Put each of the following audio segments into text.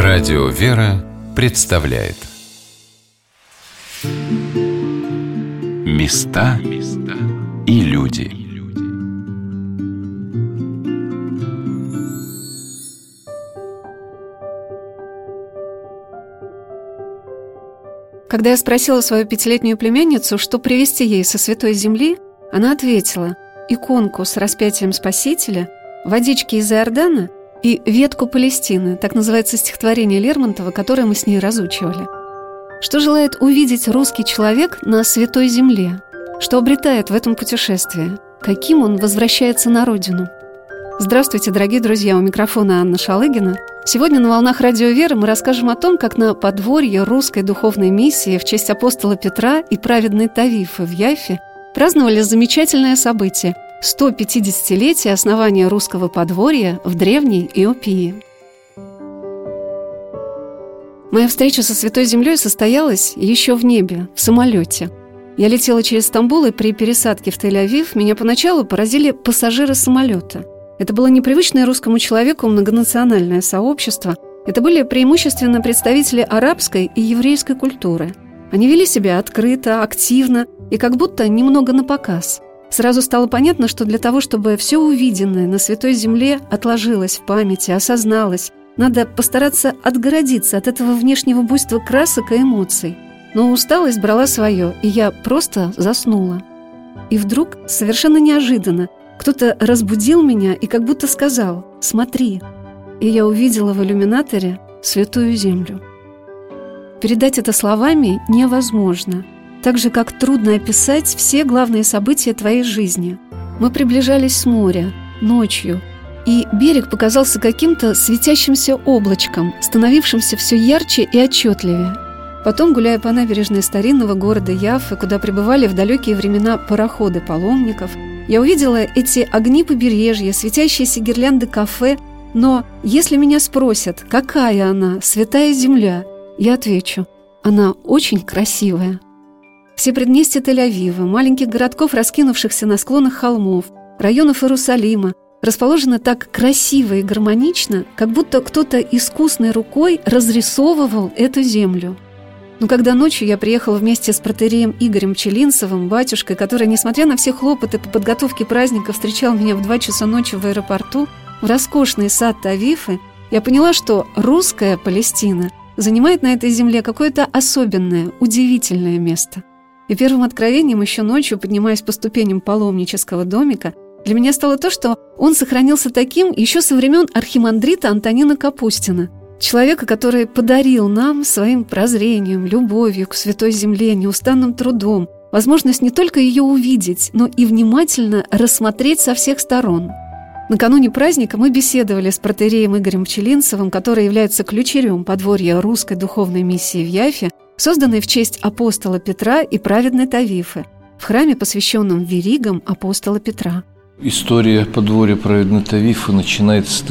Радио «Вера» представляет Места и люди. Когда я спросила свою 5-летнюю племянницу, что привезти ей со Святой Земли, она ответила: иконку с распятием Спасителя, водички из Иордана и ветку Палестины, так называется стихотворение Лермонтова, которое мы с ней разучивали. Что желает увидеть русский человек на Святой Земле? Что обретает в этом путешествии? Каким он возвращается на родину? Здравствуйте, дорогие друзья, у микрофона Анна Шалыгина. Сегодня на «Волнах Радио Веры» мы расскажем о том, как на подворье русской духовной миссии в честь апостола Петра и праведной Тавифы в Яффе праздновали замечательное событие – 150-летие основания русского подворья в древней Иопии. Моя встреча со Святой Землей состоялась еще в небе, в самолете. Я летела через Стамбул, и при пересадке в Тель-Авив меня поначалу поразили пассажиры самолета. Это было непривычное русскому человеку многонациональное сообщество. Это были преимущественно представители арабской и еврейской культуры. Они вели себя открыто, активно и как будто немного напоказ. Сразу стало понятно, что для того, чтобы все увиденное на Святой Земле отложилось в памяти, осозналось, надо постараться отгородиться от этого внешнего буйства красок и эмоций. Но усталость брала свое, и я просто заснула. И вдруг, совершенно неожиданно, кто-то разбудил меня и как будто сказал: «Смотри». И я увидела в иллюминаторе Святую Землю. Передать это словами невозможно. Так же, как трудно описать все главные события твоей жизни. Мы приближались с моря, ночью, и берег показался каким-то светящимся облачком, становившимся все ярче и отчетливее. Потом, гуляя по набережной старинного города Яффы, куда прибывали в далекие времена пароходы паломников, я увидела эти огни побережья, светящиеся гирлянды кафе. Но если меня спросят, какая она, Святая Земля, я отвечу: она очень красивая. Все предместья Тель-Авива, маленьких городков, раскинувшихся на склонах холмов, районов Иерусалима, расположены так красиво и гармонично, как будто кто-то искусной рукой разрисовывал эту землю. Но когда ночью я приехала вместе с протоиереем Игорем Пчелинцевым, батюшкой, который, несмотря на все хлопоты по подготовке праздника, встречал меня в 2 часа ночи в аэропорту, в роскошный сад Тавифы, я поняла, что русская Палестина занимает на этой земле какое-то особенное, удивительное место. И первым откровением еще ночью, поднимаясь по ступеням паломнического домика, для меня стало то, что он сохранился таким еще со времен архимандрита Антонина Капустина, человека, который подарил нам своим прозрением, любовью к Святой Земле, неустанным трудом возможность не только ее увидеть, но и внимательно рассмотреть со всех сторон. Накануне праздника мы беседовали с протоиереем Игорем Пчелинцевым, который является ключерем подворья русской духовной миссии в Яффе, созданной в честь апостола Петра и праведной Тавифы, в храме, посвященном веригам апостола Петра. История подворья праведной Тавифы начинается в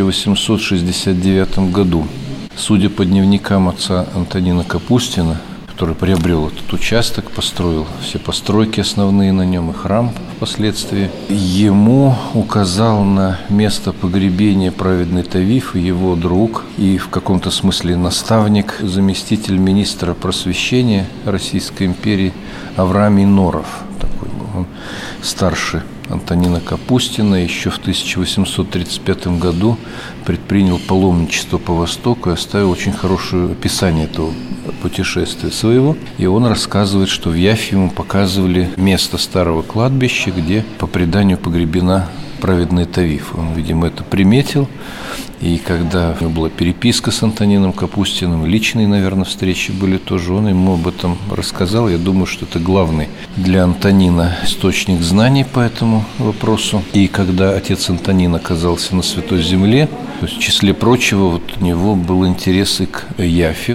1869 году. Судя по дневникам отца Антонина Капустина, который приобрел этот участок, построил все постройки основные на нем и храм впоследствии, ему указал на место погребения праведной Тавифы его друг и в каком-то смысле наставник, заместитель министра просвещения Российской империи Авраамий Норов. Такой был он, старше Антонина Капустина, еще в 1835 году предпринял паломничество по Востоку и оставил очень хорошее описание этого путешествия своего. И он рассказывает, что в Яффе ему показывали место старого кладбища, где по преданию погребена праведная Тавифа. Он, видимо, это приметил. И когда у него была переписка с Антонином Капустиным, личные, наверное, встречи были тоже, он ему об этом рассказал. Я думаю, что это главный для Антонина источник знаний по этому вопросу. И когда отец Антонин оказался на Святой Земле, то есть, в числе прочего, вот у него был интерес и к Яффе.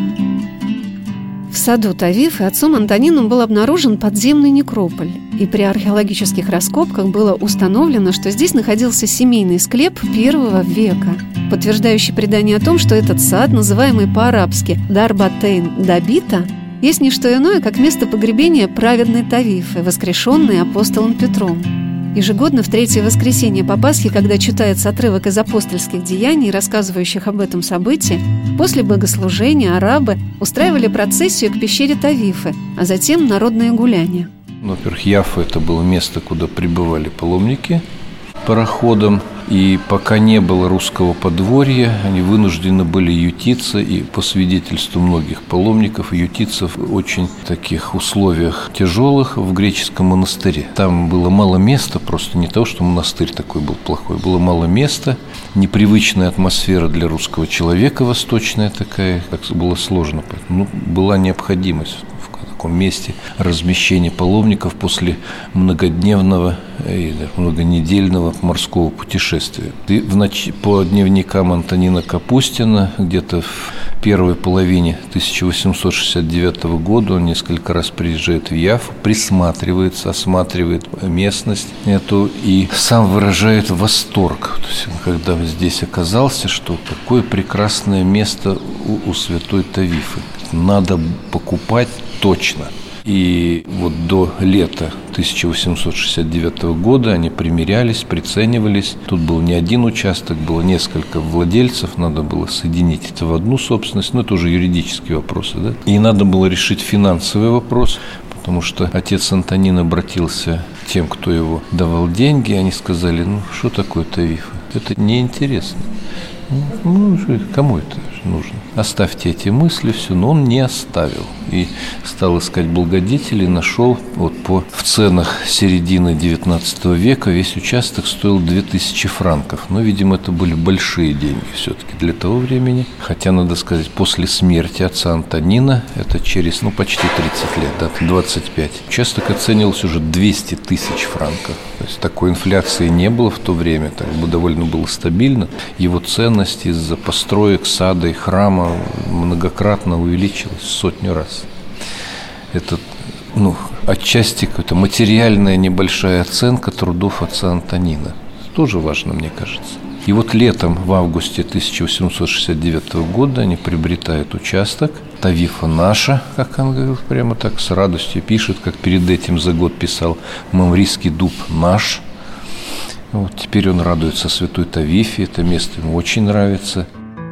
В саду Тавифы отцом Антонином был обнаружен подземный некрополь, и при археологических раскопках было установлено, что здесь находился семейный склеп I века, подтверждающий предание о том, что этот сад, называемый по-арабски Дарбатейн Дабита, есть не что иное, как место погребения праведной Тавифы, воскрешенной апостолом Петром. Ежегодно в третье воскресенье по Пасхе, когда читается отрывок из апостольских деяний, рассказывающих об этом событии, после богослужения арабы устраивали процессию к пещере Тавифы, а затем народные гуляния. Во-первых, Яффа – это было место, куда прибывали паломники пароходом. И пока не было русского подворья, они вынуждены были ютиться, и по свидетельству многих паломников, ютиться в очень таких условиях тяжелых в греческом монастыре. Там было мало места, просто не того, что монастырь такой был плохой, было мало места, непривычная атмосфера для русского человека, восточная такая, как было сложно. Была необходимость в таком месте размещения паломников после многодневного и многонедельного морского путешествия. И по дневникам Антонина Капустина, где-то в первой половине 1869 года он несколько раз приезжает в Яффу, присматривается, осматривает местность эту и сам выражает восторг. То есть, когда здесь оказался, что какое прекрасное место у святой Тавифы. Надо покупать точно. И вот до лета 1869 года они примерялись, приценивались. Тут был не один участок, было несколько владельцев. Надо было соединить это в одну собственность. Но это уже юридические вопросы, да? И надо было решить финансовый вопрос, потому что отец Антонин обратился к тем, кто его давал деньги. Они сказали, что такое Тавифа? Это неинтересно. Кому это нужно? Оставьте эти мысли, все. Но он не оставил. И стал искать благодетелей, нашел в ценах середины XIX века весь участок стоил 2000 франков. Но, видимо, это были большие деньги все-таки для того времени. Хотя, надо сказать, после смерти отца Антонина, это через почти 30 лет, да, 25, участок оценивался уже 200 тысяч франков. То есть такой инфляции не было в то время, так довольно было стабильно. Его ценность из-за построек, сада и храма многократно увеличилась в 100 раз. Это, отчасти какая-то материальная небольшая оценка трудов отца Антонина. Тоже важно, мне кажется. И вот летом, в августе 1869 года, они приобретают участок. Тавифа наша, как он говорил, прямо так с радостью пишет, как перед этим за год писал, Мамрийский дуб наш. Теперь он радуется святой Тавифе, это место ему очень нравится.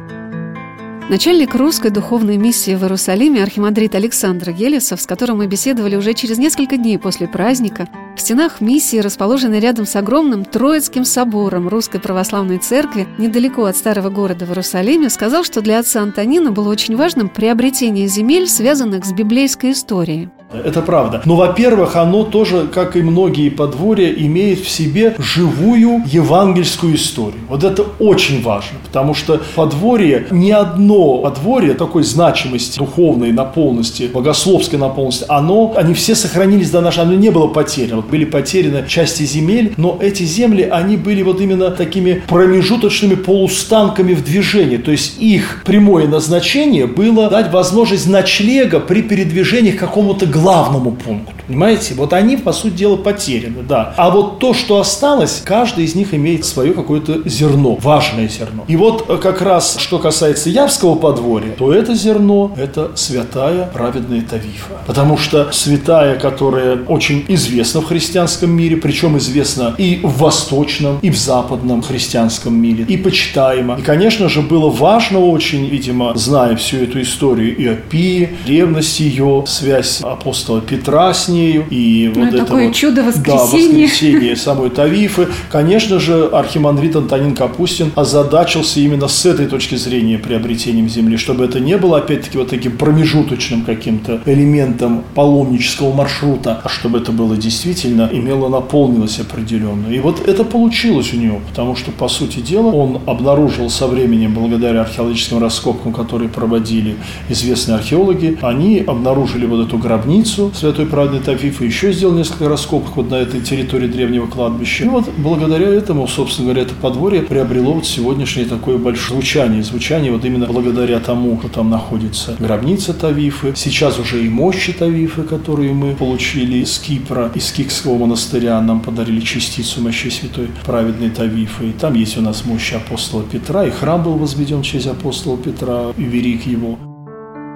Начальник русской духовной миссии в Иерусалиме архимандрит Александр Гелесов, с которым мы беседовали уже через несколько дней после праздника, в стенах миссии, расположенной рядом с огромным Троицким собором Русской Православной Церкви, недалеко от старого города в Иерусалиме, сказал, что для отца Антонина было очень важным приобретение земель, связанных с библейской историей. Это правда. Но, во-первых, оно тоже, как и многие подворья, имеет в себе живую евангельскую историю. Вот это очень важно, потому что подворье, ни одно подворье такой значимости духовной наполненности, богословской наполненности, они все сохранились до нашего, оно не было потеряно. Были потеряны части земель, но эти земли, они были именно такими промежуточными полустанками в движении. То есть их прямое назначение было дать возможность ночлега при передвижении к какому-то главному пункту. Понимаете? Они, по сути дела, потеряны, да. А вот то, что осталось, каждый из них имеет свое какое-то зерно, важное зерно. И как раз, что касается Явского подворья, то это зерно, это святая праведная Тавифа. Потому что святая, которая очень известна в христианском мире, причем известна и в восточном, и в западном христианском мире, и почитаема. И, конечно же, было важно очень, видимо, зная всю эту историю Иопии, древность ее, связь апостола Петра с нею, и такое чудо воскресения. Да, воскресение самой Тавифы. Конечно же, архимандрит Антонин Капустин озадачился именно с этой точки зрения приобретением земли, чтобы это не было, опять-таки, таким промежуточным каким-то элементом паломнического маршрута, а чтобы это было действительно, имело наполненность определенную. И это получилось у него, потому что, по сути дела, он обнаружил со временем, благодаря археологическим раскопкам, которые проводили известные археологи, они обнаружили эту гробницу святой праведной Тавифы, еще сделали несколько раскопок на этой территории древнего кладбища. И благодаря этому, собственно говоря, это подворье приобрело сегодняшнее такое большое звучание именно благодаря тому, что там находится гробница Тавифы, сейчас уже и мощи Тавифы, которые мы получили из Кипра, из Кикского монастыря, нам подарили частицу мощей святой праведной Тавифы. И там есть у нас мощи апостола Петра, и храм был возведен в честь апостола Петра, и велик его.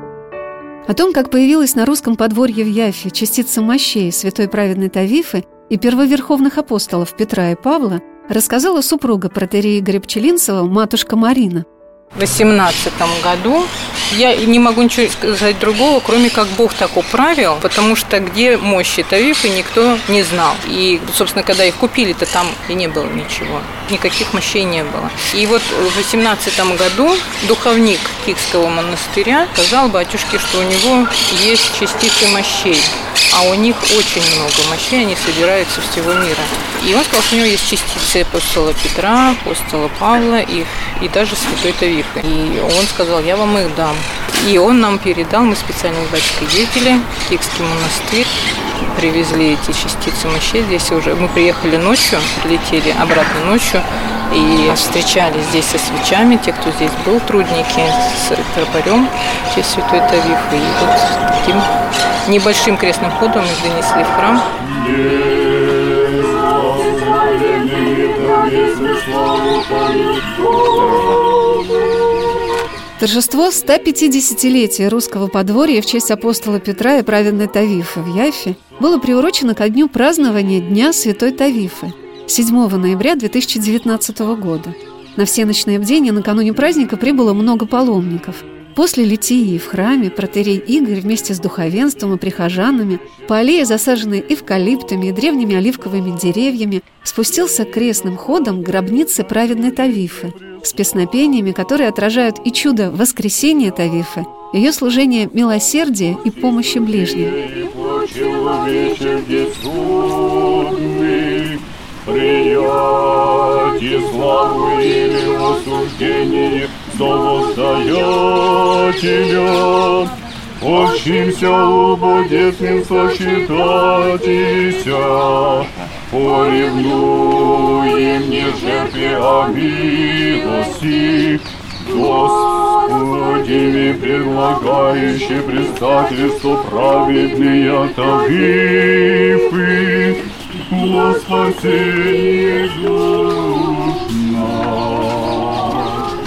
О том, как появилась на русском подворье в Яффе частица мощей святой праведной Тавифы, и первоверховных апостолов Петра и Павла рассказала супруга протоиерея Игоря Пчелинцева, матушка Марина. В 18 году я не могу ничего сказать другого, кроме как Бог так управил, потому что где мощи Тавифы никто не знал. И, собственно, когда их купили-то там и не было ничего, никаких мощей не было. И вот в 18 году духовник Кикского монастыря сказал батюшке, что у него есть частицы мощей, а у них очень много мощей, они собираются всего мира. И он сказал, что у него есть частицы апостола Петра, апостола Павла и даже святой Тавифы. И он сказал, я вам их дам. И он нам передал, мы специально с батюшкой ездили в Кикский монастырь, привезли эти частицы мощей. Здесь уже мы приехали ночью, прилетели обратно ночью и встречались здесь со свечами, те, кто здесь был, трудники, с тропарем в честь святой Тавифы. И вот таким небольшим крестным ходом их донесли в храм. Торжество 150-летия русского подворья в честь апостола Петра и праведной Тавифы в Яффе было приурочено ко дню празднования Дня Святой Тавифы 7 ноября 2019 года. На всеночное бдение накануне праздника прибыло много паломников. После литии в храме протоиерей Игорь вместе с духовенством и прихожанами по аллее, засаженной эвкалиптами и древними оливковыми деревьями, спустился крестным ходом к гробнице праведной Тавифы с песнопениями, которые отражают и чудо воскресения Тавифы, ее служение милосердия и помощи ближним. Приятие славу и осуждение до воздаятеля, учимся убодетным сочетатися, поревнуем не жертве, а милости, Господи, предлагающий предстательство праведные Тавифы, во спасение душ наших.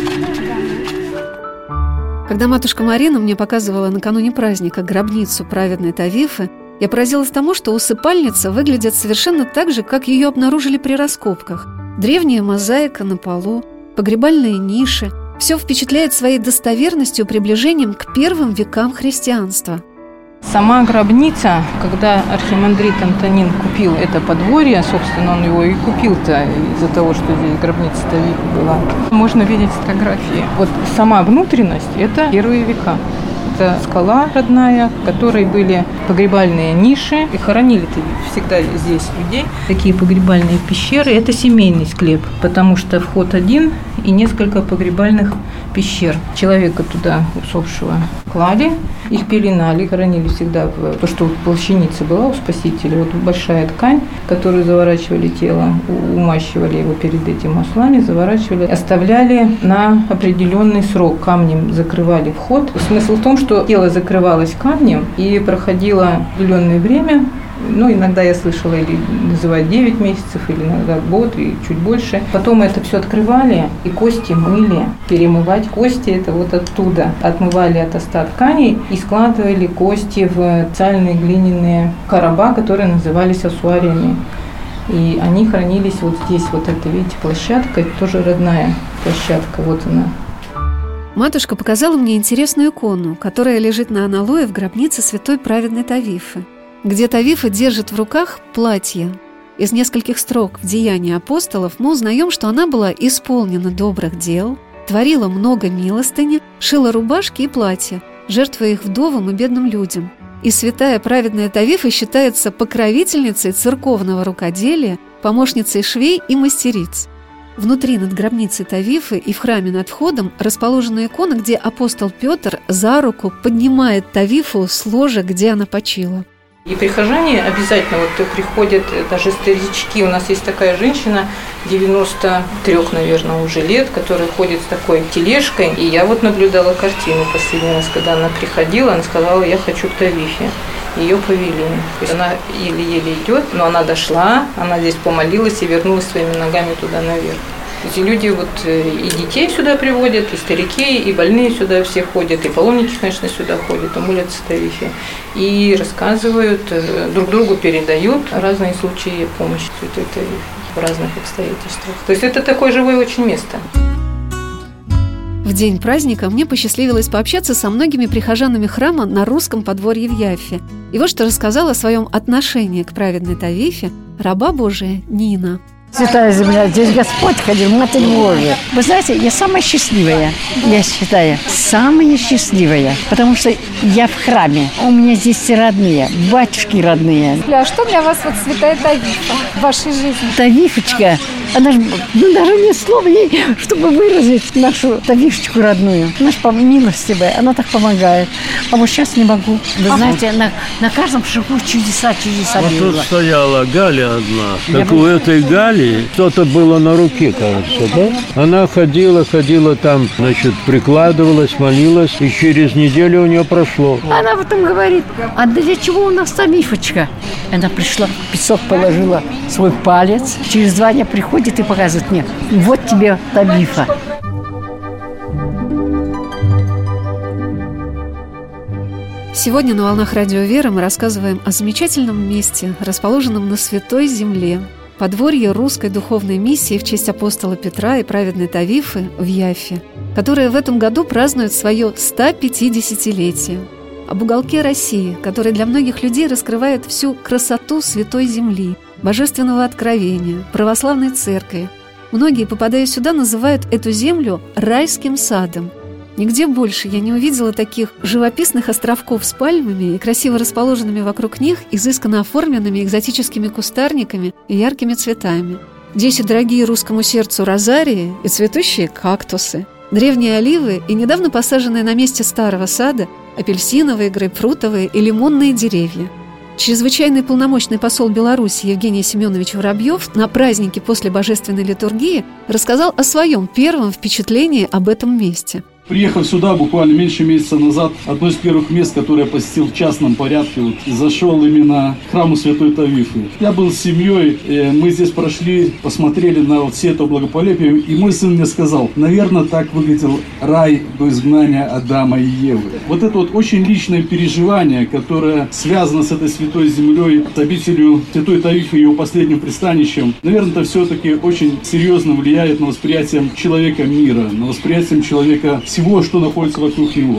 Когда матушка Марина мне показывала накануне праздника гробницу праведной Тавифы, я поразилась тому, что усыпальница выглядит совершенно так же, как ее обнаружили при раскопках. Древняя мозаика на полу, погребальные ниши – все впечатляет своей достоверностью и приближением к первым векам христианства. Сама гробница, когда архимандрит Антонин купил это подворье, собственно, он его и купил-то из-за того, что здесь гробница Тавифы была, можно видеть фотографии. Вот сама внутренность – это первые века. Это скала родная, в которой были погребальные ниши, и хоронили-то всегда здесь людей. Такие погребальные пещеры – это семейный склеп, потому что вход один и несколько погребальных пещер. Человека туда, усопшего, клали, их пеленали, хоронили всегда, то, что плащаница была у Спасителя, вот большая ткань, которую заворачивали тело, умащивали его перед этим маслами, заворачивали, оставляли на определенный срок, камнем закрывали вход. Смысл в том, что тело закрывалось камнем и проходило определенное время, иногда я слышала, или называют 9 месяцев, или иногда год, и чуть больше. Потом это все открывали и кости мыли. Перемывать кости – это вот оттуда. Отмывали от остатков тканей и складывали кости в специальные глиняные короба, которые назывались ассуариями. И они хранились вот здесь, вот это, видите, площадка, это тоже родная площадка, вот она. Матушка показала мне интересную икону, которая лежит на аналое в гробнице святой праведной Тавифы, где Тавифа держит в руках платье. Из нескольких строк в «Деянии апостолов» мы узнаем, что она была исполнена добрых дел, творила много милостыни, шила рубашки и платья, жертвуя их вдовам и бедным людям. И святая праведная Тавифа считается покровительницей церковного рукоделия, помощницей швей и мастериц. Внутри над гробницей Тавифы и в храме над входом расположена икона, где апостол Петр за руку поднимает Тавифу с ложа, где она почила. И прихожане обязательно приходят, даже старички. У нас есть такая женщина, 93, наверное, уже лет, которая ходит с такой тележкой. И я наблюдала картину последний раз, когда она приходила, она сказала: я хочу к Тавифе. Ее повели. То есть она еле-еле идет, но она дошла, она здесь помолилась и вернулась своими ногами туда наверх. Эти люди вот и детей сюда приводят, и старики, и больные сюда все ходят, и паломники, конечно, сюда ходят, и молятся Тавифе, и рассказывают, друг другу передают разные случаи помощи Святой Тавифе в разных обстоятельствах. То есть это такое живое очень место. В день праздника мне посчастливилось пообщаться со многими прихожанами храма на русском подворье в Яффе. И вот что рассказала о своем отношении к праведной Тавифе раба Божия Нина. Святая земля, здесь Господь ходил, Матерь Божия. Вы знаете, я самая счастливая, я считаю, самая счастливая, потому что я в храме. У меня здесь все родные, батюшки родные. А что для вас вот Святая Тавифа в вашей жизни? Тавифочка, она же, даже нет слов ей, чтобы выразить нашу Тавифочку родную. Она же милостивая, она так помогает. А вот сейчас не могу. Вы знаете, на каждом шагу чудеса Вот видела. тут стояла Галя одна. Так у этой Гали что-то было на руке, кажется, да? Она ходила там, значит, прикладывалась, молилась, и через неделю у нее прошло. Она потом говорит, а для чего у нас Тавифочка? Она пришла, в песок положила свой палец. Через 2 дня приходит и показывает мне, вот тебе Тавифа. Сегодня на «Волнах Радио Вера» мы рассказываем о замечательном месте, расположенном на Святой Земле, подворье русской духовной миссии в честь апостола Петра и праведной Тавифы в Яффе, которая в этом году празднует свое 150-летие. Об уголке России, который для многих людей раскрывает всю красоту Святой Земли, божественного откровения, православной церкви. Многие, попадая сюда, называют эту землю райским садом. Нигде больше я не увидела таких живописных островков с пальмами и красиво расположенными вокруг них изысканно оформленными экзотическими кустарниками и яркими цветами. Здесь и дорогие русскому сердцу розарии, и цветущие кактусы, древние оливы и недавно посаженные на месте старого сада апельсиновые, грейпфрутовые и лимонные деревья. Чрезвычайный полномочный посол Беларуси Евгений Семенович Воробьев на празднике после божественной литургии рассказал о своем первом впечатлении об этом месте. Приехав сюда буквально меньше месяца назад, одно из первых мест, которое я посетил в частном порядке, зашел именно к храму Святой Тавифы. Я был с семьей, мы здесь прошли, посмотрели на все это благополепие, и мой сын мне сказал, наверное, так выглядел рай до изгнания Адама и Евы. Вот это вот очень личное переживание, которое связано с этой Святой Землей, с обителью Святой Тавифы и его последним пристанищем, наверное, это все-таки очень серьезно влияет на восприятие человека мира, на восприятие человека всего, что находится вокруг него.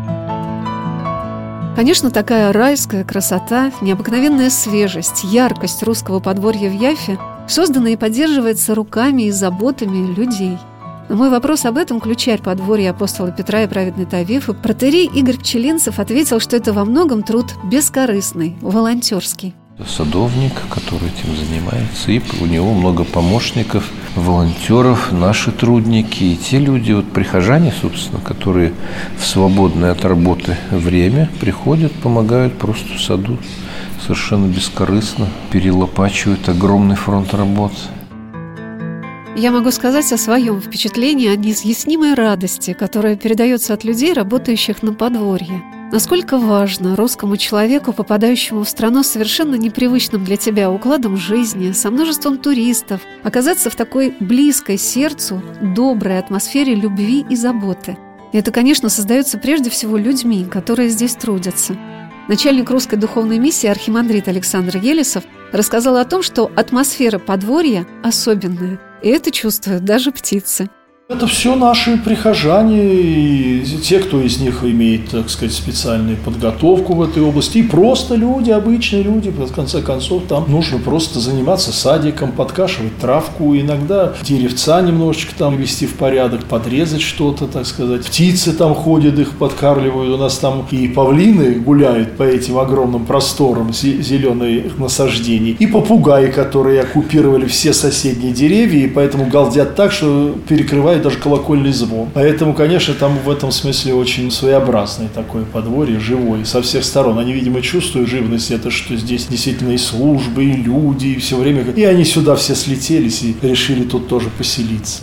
Конечно, такая райская красота, необыкновенная свежесть, яркость русского подворья в Яффе создана и поддерживается руками и заботами людей. На мой вопрос об этом ключарь подворья апостола Петра и праведной Тавифы протоиерей Игорь Пчелинцев ответил, что это во многом труд бескорыстный, волонтерский. Садовник, который этим занимается, и у него много помощников, волонтеров, наши трудники, и те люди, вот прихожане, собственно, которые в свободное от работы время приходят, помогают просто в саду, совершенно бескорыстно, перелопачивают огромный фронт работ. Я могу сказать о своем впечатлении, о неизъяснимой радости, которая передается от людей, работающих на подворье. Насколько важно русскому человеку, попадающему в страну с совершенно непривычным для тебя укладом жизни, со множеством туристов, оказаться в такой близкой сердцу, доброй атмосфере любви и заботы. И это, конечно, создается прежде всего людьми, которые здесь трудятся. Начальник русской духовной миссии архимандрит Александр Елесов рассказал о том, что атмосфера подворья особенная, и это чувствуют даже птицы. Это все наши прихожане, и те, кто из них имеет, так сказать, специальную подготовку в этой области, и просто люди, обычные люди. В конце концов, там нужно просто заниматься садиком, подкашивать травку, иногда деревца немножечко там вести в порядок, подрезать что-то, так сказать. Птицы там ходят, их подкармливают. У нас там и павлины гуляют по этим огромным просторам зеленых насаждений, и попугаи, которые оккупировали все соседние деревья, и поэтому галдят так, что перекрывают даже колокольный звон. Поэтому, конечно, там в этом смысле очень своеобразное такое подворье, живое, со всех сторон. Они, видимо, чувствуют живность, это что здесь действительно и службы, и люди, и все время. И они сюда все слетелись и решили тут тоже поселиться.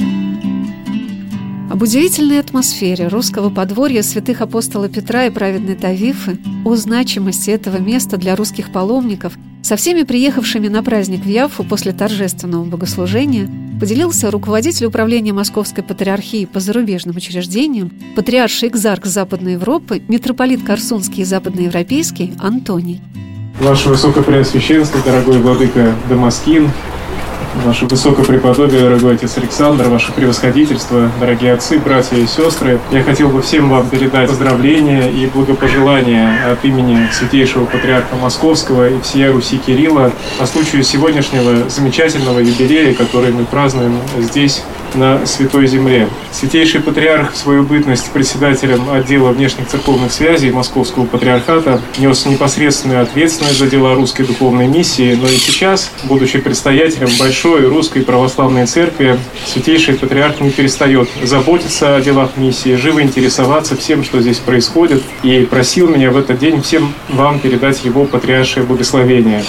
Об удивительной атмосфере русского подворья святых апостола Петра и праведной Тавифы, о значимости этого места для русских паломников, со всеми приехавшими на праздник в Яффу после торжественного богослужения, поделился руководитель управления Московской патриархии по зарубежным учреждениям, патриарший экзарх Западной Европы, митрополит Корсунский и западноевропейский Антоний. Ваше Высокопреосвященство, дорогой владыка Дамаскин, Ваше Высокопреподобие, дорогой отец Александр, Ваше Превосходительство, дорогие отцы, братья и сестры, я хотел бы всем вам передать поздравления и благопожелания от имени Святейшего Патриарха Московского и всея Руси Кирилла по случаю сегодняшнего замечательного юбилея, который мы празднуем здесь, на Святой Земле. Святейший Патриарх в свою бытность председателем отдела внешних церковных связей Московского Патриархата нес непосредственную ответственность за дела русской духовной миссии, но и сейчас, будучи предстоятелем Большой Русской Православной Церкви, Святейший Патриарх не перестает заботиться о делах миссии, живо интересоваться всем, что здесь происходит, и просил меня в этот день всем вам передать его патриаршее благословение.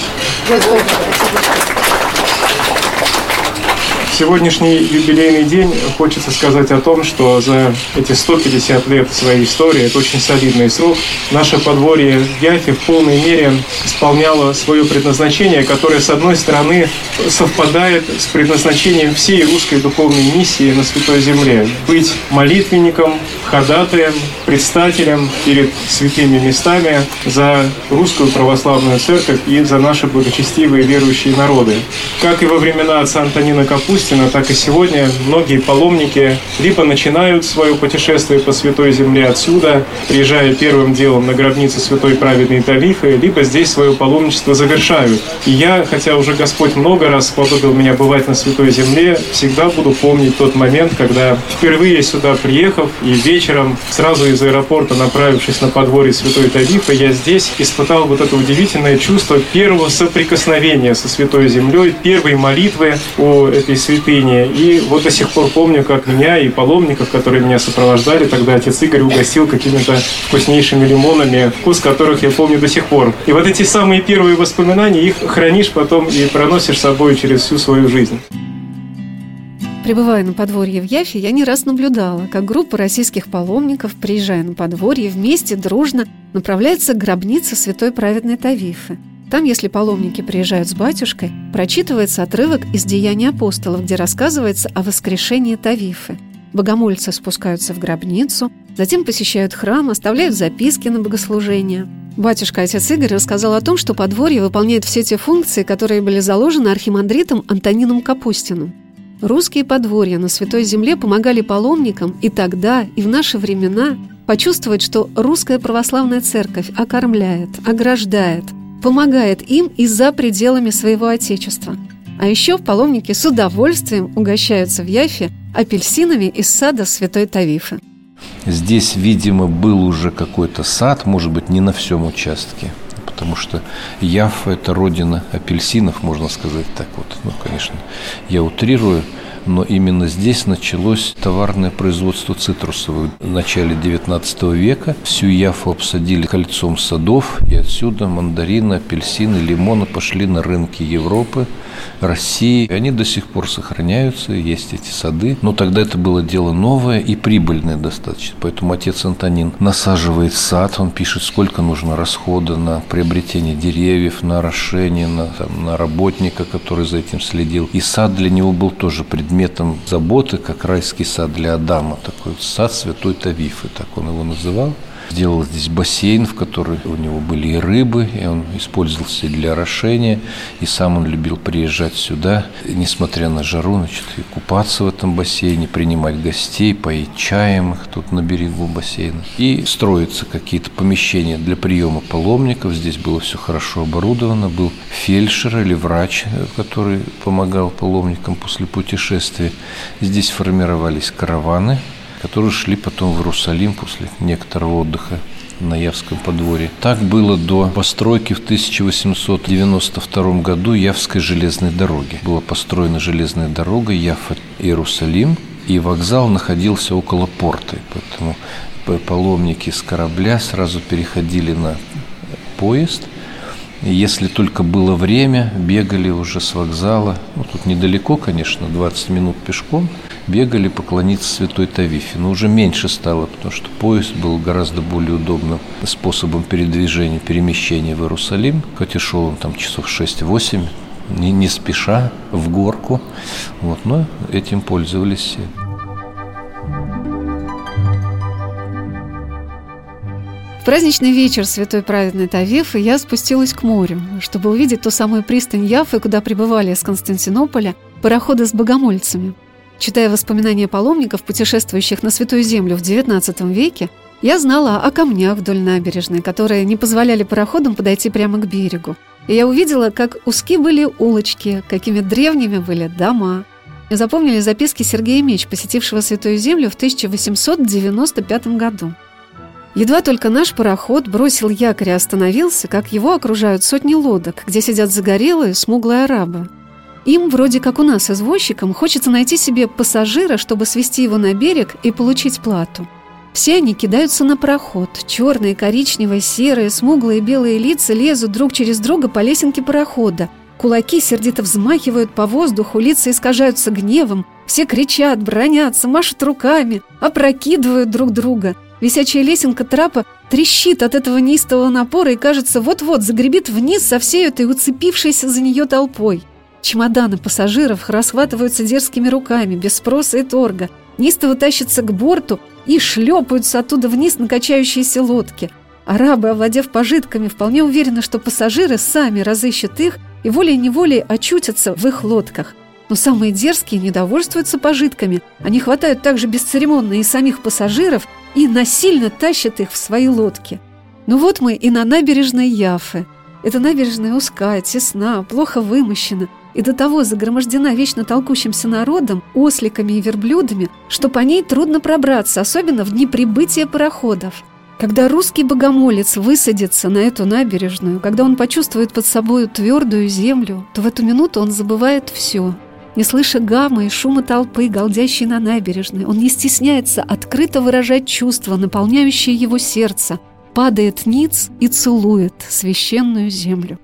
Сегодняшний юбилейный день хочется сказать о том, что за эти 150 лет своей истории, это очень солидный срок, наше подворье в Яфе в полной мере исполняло свое предназначение, которое, с одной стороны, совпадает с предназначением всей русской духовной миссии на Святой Земле. Быть молитвенником, ходатаем, предстателем перед святыми местами за русскую православную церковь и за наши благочестивые верующие народы. Как и во времена отца Антонина Капустина, так и сегодня многие паломники либо начинают свое путешествие по Святой Земле отсюда, приезжая первым делом на гробницу Святой Праведной Тавифы, либо здесь свое паломничество завершают. И я, хотя уже Господь много раз сподобил меня бывать на Святой Земле, всегда буду помнить тот момент, когда впервые сюда приехав и вечером, сразу из аэропорта направившись на подворье Святой Тавифы, я здесь испытал вот это удивительное чувство первого соприкосновения со Святой Землей, первой молитвы у этой святыни. И вот до сих пор помню, как меня и паломников, которые меня сопровождали, тогда отец Игорь угостил какими-то вкуснейшими лимонами, вкус которых я помню до сих пор. И вот эти самые первые воспоминания, их хранишь потом и проносишь с собой через всю свою жизнь. Пребывая на подворье в Яфе, я не раз наблюдала, как группа российских паломников, приезжая на подворье, вместе дружно направляется к гробнице Святой Праведной Тавифы. Там, если паломники приезжают с батюшкой, прочитывается отрывок из «Деяний апостолов», где рассказывается о воскрешении Тавифы. Богомольцы спускаются в гробницу, затем посещают храм, оставляют записки на богослужение. Батюшка отец Игорь рассказал о том, что подворье выполняет все те функции, которые были заложены архимандритом Антонином Капустиным. Русские подворья на Святой Земле помогали паломникам и тогда, и в наши времена почувствовать, что русская православная церковь окормляет, ограждает, помогает им и за пределами своего Отечества. А еще паломники с удовольствием угощаются в Яфе апельсинами из сада Святой Тавифы. Здесь, видимо, был уже какой-то сад, может быть, не на всем участке, потому что Яфа – это родина апельсинов, можно сказать так вот. Ну, конечно, я утрирую, но именно здесь началось товарное производство цитрусовых. В начале XIX века всю Яфу обсадили кольцом садов, и отсюда мандарины, апельсины, лимоны пошли на рынки Европы, России. И они до сих пор сохраняются, есть эти сады. Но тогда это было дело новое и прибыльное достаточно. Поэтому отец Антонин насаживает сад, он пишет, сколько нужно расхода на приобретение деревьев, на орошение, на работника, который за этим следил. И сад для него был тоже предметом заботы, как райский сад для Адама. Такой сад Святой Тавифы, так он его называл. Сделал здесь бассейн, в который у него были и рыбы, и он использовался для орошения. И сам он любил приезжать сюда, несмотря на жару, и купаться в этом бассейне, принимать гостей, поить чаем их тут на берегу бассейна. И строятся какие-то помещения для приема паломников. Здесь было все хорошо оборудовано. Был фельдшер или врач, который помогал паломникам после путешествия. Здесь формировались караваны, которые шли потом в Иерусалим после некоторого отдыха на Явском подворье. Так было до постройки в 1892 году Явской железной дороги. Была построена железная дорога Яфа-Иерусалим, и вокзал находился около порта. Поэтому паломники с корабля сразу переходили на поезд. И если только было время, бегали уже с вокзала, тут недалеко, конечно, 20 минут пешком, бегали поклониться Святой Тавифе. Но уже меньше стало, потому что поезд был гораздо более удобным способом перемещения в Иерусалим. Хоть и шел он там часов 6-8, не спеша, в горку. Вот, но этим пользовались все. В праздничный вечер святой праведной Тавифы я спустилась к морю, чтобы увидеть ту самую пристань Яффы, куда прибывали из Константинополя пароходы с богомольцами. Читая воспоминания паломников, путешествующих на Святую Землю в XIX веке, я знала о камнях вдоль набережной, которые не позволяли пароходам подойти прямо к берегу. И я увидела, как узки были улочки, какими древними были дома. Мне запомнили записки Сергея Меч, посетившего Святую Землю в 1895 году. Едва только наш пароход бросил якорь и остановился, как его окружают сотни лодок, где сидят загорелые, смуглые арабы. Им, вроде как у нас, извозчикам, хочется найти себе пассажира, чтобы свести его на берег и получить плату. Все они кидаются на пароход. Черные, коричневые, серые, смуглые, белые лица лезут друг через друга по лесенке парохода. Кулаки сердито взмахивают по воздуху, лица искажаются гневом. Все кричат, бранятся, машут руками, опрокидывают друг друга. Висячая лесенка трапа трещит от этого неистового напора и, кажется, вот-вот загребит вниз со всей этой уцепившейся за нее толпой. Чемоданы пассажиров расхватываются дерзкими руками, без спроса и торга, неистово тащатся к борту и шлепаются оттуда вниз на качающиеся лодки. Арабы, овладев пожитками, вполне уверены, что пассажиры сами разыщут их и волей-неволей очутятся в их лодках. Но самые дерзкие не довольствуются пожитками. Они хватают также бесцеремонно и самих пассажиров и насильно тащат их в свои лодки. Ну вот мы и на набережной Яффы. Эта набережная узкая, тесна, плохо вымощена и до того загромождена вечно толкущимся народом, осликами и верблюдами, что по ней трудно пробраться, особенно в дни прибытия пароходов. Когда русский богомолец высадится на эту набережную, когда он почувствует под собой твердую землю, то в эту минуту он забывает все. Не слыша гамма и шума толпы, галдящей на набережной, он не стесняется открыто выражать чувства, наполняющие его сердце, падает ниц и целует священную землю.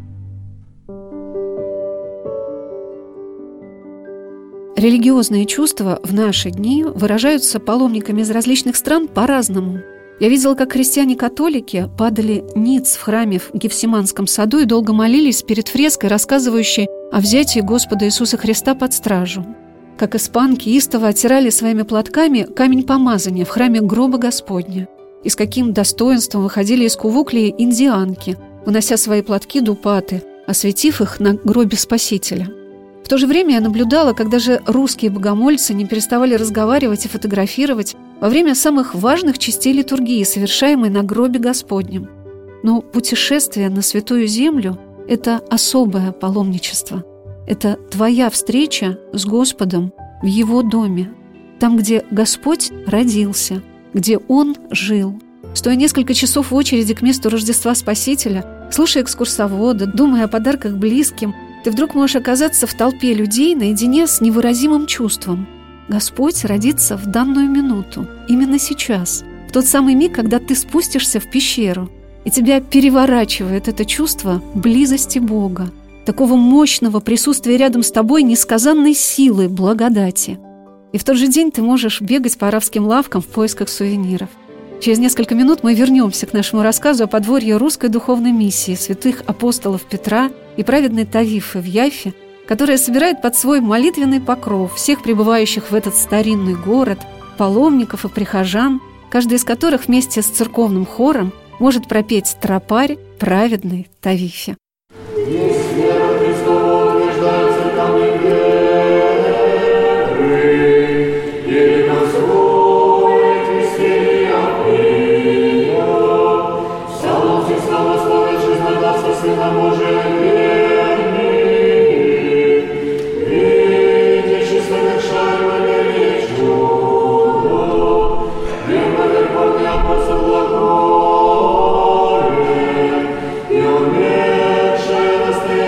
Религиозные чувства в наши дни выражаются паломниками из различных стран по-разному. Я видела, как христиане-католики падали ниц в храме в Гефсиманском саду и долго молились перед фреской, рассказывающей о взятии Господа Иисуса Христа под стражу. Как испанки истово оттирали своими платками камень помазания в храме гроба Господня. И с каким достоинством выходили из кувуклии индианки, вынося свои платки дупаты, осветив их на гробе Спасителя. В то же время я наблюдала, как даже русские богомольцы не переставали разговаривать и фотографировать во время самых важных частей литургии, совершаемой на гробе Господнем. Но путешествие на Святую Землю – это особое паломничество. Это твоя встреча с Господом в Его доме, там, где Господь родился, где Он жил. Стоя несколько часов в очереди к месту Рождества Спасителя, слушая экскурсовода, думая о подарках близким, ты вдруг можешь оказаться в толпе людей наедине с невыразимым чувством. Господь родится в данную минуту, именно сейчас, в тот самый миг, когда ты спустишься в пещеру, и тебя переворачивает это чувство близости Бога, такого мощного присутствия рядом с тобой, несказанной силы, благодати. И в тот же день ты можешь бегать по арабским лавкам в поисках сувениров. Через несколько минут мы вернемся к нашему рассказу о подворье русской духовной миссии святых апостолов Петра и праведной Тавифы в Яффе, которая собирает под свой молитвенный покров всех прибывающих в этот старинный город, паломников и прихожан, каждый из которых вместе с церковным хором может пропеть тропарь праведной Тавифе. И умершая настоящая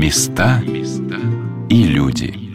Места и люди.